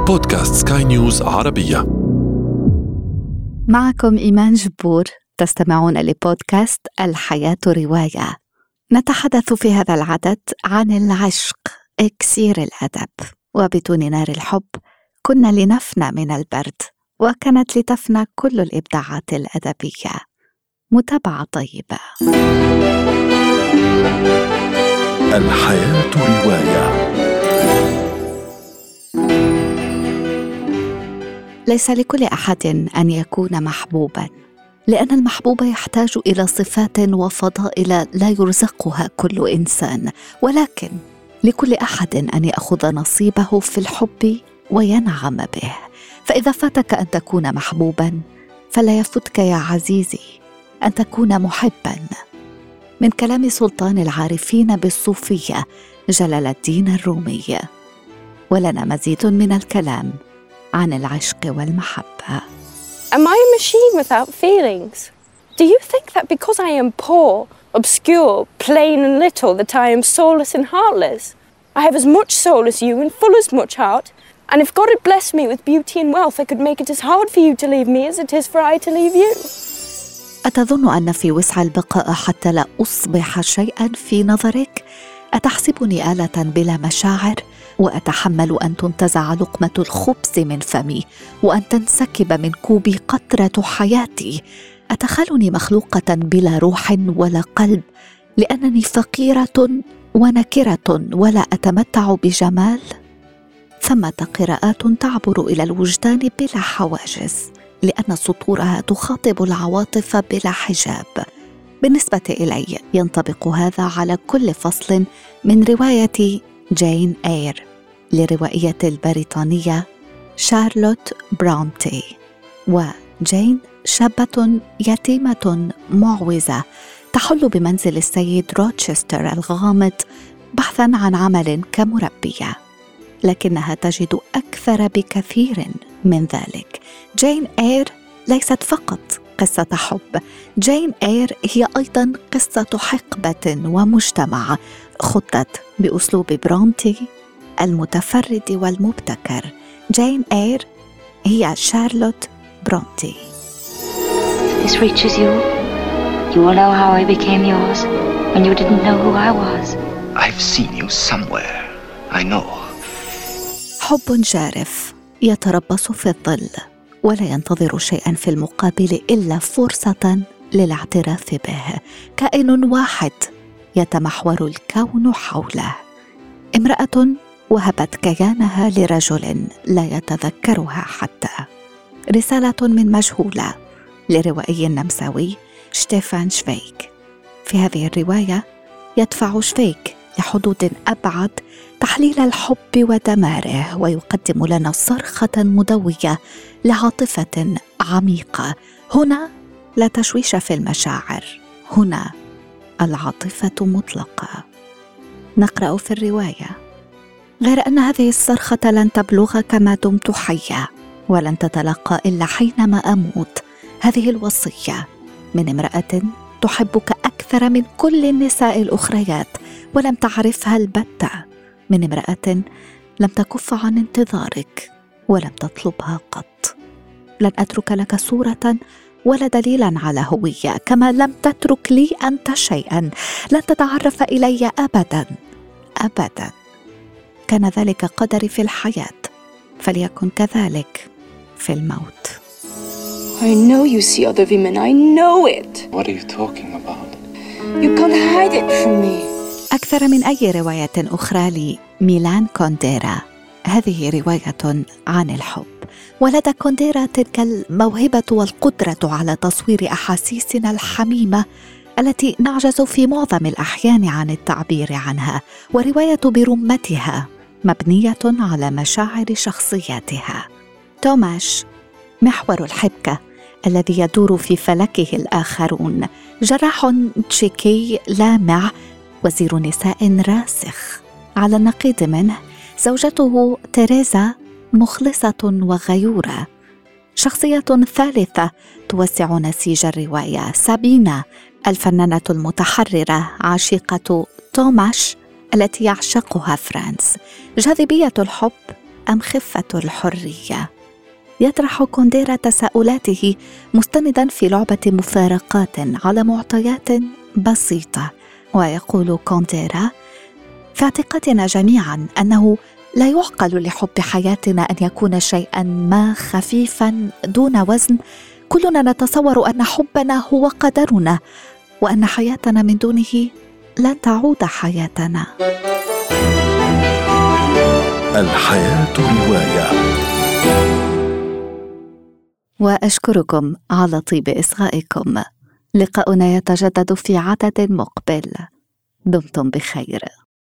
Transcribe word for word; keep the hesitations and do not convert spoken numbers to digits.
بودكاست سكاي نيوز عربية. معكم إيمان جبور، تستمعون لبودكاست الحياة رواية. نتحدث في هذا العدد عن العشق، إكسير الأدب. وبدون نار الحب كنا لنفنى من البرد، وكانت لتفنى كل الإبداعات الأدبية. متابعة طيبة. الحياة رواية. ليس لكل أحد أن يكون محبوباً، لأن المحبوب يحتاج إلى صفات وفضائل لا يرزقها كل إنسان، ولكن لكل أحد أن يأخذ نصيبه في الحب وينعم به. فإذا فاتك أن تكون محبوباً، فلا يفتك يا عزيزي أن تكون محباً. من كلام سلطان العارفين بالصوفية جلال الدين الرومي. ولنا مزيد من الكلام عن العشق والمحبة. Am I a machine without feelings? Do you think that because I am poor, obscure, plain and little, that I am soulless and heartless? I have as much soul as you and full as much heart. And if God had blessed me with beauty and wealth, I could make it as hard for you to leave me as it is for I to leave you. أتظن أن في وسع البقاء حتى لا أصبح شيئاً في نظرك؟ أتحسبني آلة بلا مشاعر؟ وأتحمل أن تنتزع لقمة الخبز من فمي، وأن تنسكب من كوبي قطرة حياتي؟ أتخيلني مخلوقة بلا روح ولا قلب، لأنني فقيرة ونكرة ولا أتمتع بجمال؟ ثمة قراءات تعبر إلى الوجدان بلا حواجز، لأن سطورها تخاطب العواطف بلا حجاب. بالنسبة إلي ينطبق هذا على كل فصل من رواية جين إير لروائية البريطانية شارلوت برونتي. وجين شابة يتيمة معوزة تحل بمنزل السيد روتشستر الغامض بحثاً عن عمل كمربية، لكنها تجد أكثر بكثير من ذلك. جين إير ليست فقط قصة حب، جين إير هي أيضاً قصة حقبة ومجتمع خطت بأسلوب برونتي المتفرد والمبتكر. جين إير هي شارلوت برونتي. This reaches you. You will know how I became yours when you didn't know who I was. I've seen you somewhere. I know. حب جارف يتربص في الظل، ولا ينتظر شيئاً في المقابل إلا فرصة للاعتراف به. كائن واحد يتمحور الكون حوله. امرأة وهبت كيانها لرجل لا يتذكرها حتى. رسالة من مجهولة لروائي النمساوي شتيفان شفيك. في هذه الرواية يدفع شفيك لحدود أبعد تحليل الحب ودماره، ويقدم لنا صرخة مدوية لعاطفة عميقة. هنا لا تشويش في المشاعر، هنا العاطفة مطلقة. نقرأ في الرواية: غير أن هذه الصرخة لن تبلغك ما دمت حية، ولن تتلقى إلا حينما أموت. هذه الوصية من امرأة تحبك أكثر من كل النساء الأخريات ولم تعرفها البتة، من امرأة لم تكف عن انتظارك ولم تطلبها قط. لن أترك لك صورة ولا دليلا على هوية، كما لم تترك لي أنت شيئا. لن تتعرف إلي أبدا أبدا. كان ذلك قدري في الحياة، فليكن كذلك في الموت. I know you see other women. I know it. What are you talking about? You can't hide it from me. أكثر من أي رواية أخرى لميلان كونديرا، هذه رواية عن الحب. ولدى كونديرا تلك الموهبة والقدرة على تصوير أحاسيسنا الحميمة التي نعجز في معظم الأحيان عن التعبير عنها، ورواية برمتها مبنية على مشاعر شخصياتها. توماش محور الحبكة الذي يدور في فلكه الآخرون، جراح تشيكي لامع، وزير نساء راسخ. على النقيض منه زوجته تيريزا مخلصة وغيورة. شخصية ثالثة توسع نسيج الرواية سابينا الفنانة المتحررة عاشقة توماش التي يعشقها فرانس. جاذبية الحب أم خفة الحرية؟ يطرح كونديرا تساؤلاته مستندا في لعبة مفارقات على معطيات بسيطة، ويقول كونديرا: في اعتقادنا جميعا أنه لا يعقل لحب حياتنا أن يكون شيئا ما خفيفا دون وزن. كلنا نتصور أن حبنا هو قدرنا، وأن حياتنا من دونه لن تعود حياتنا. الحياة رواية. وأشكركم على طيب إصغائكم. لقاؤنا يتجدد في عدد مقبل. دمتم بخير.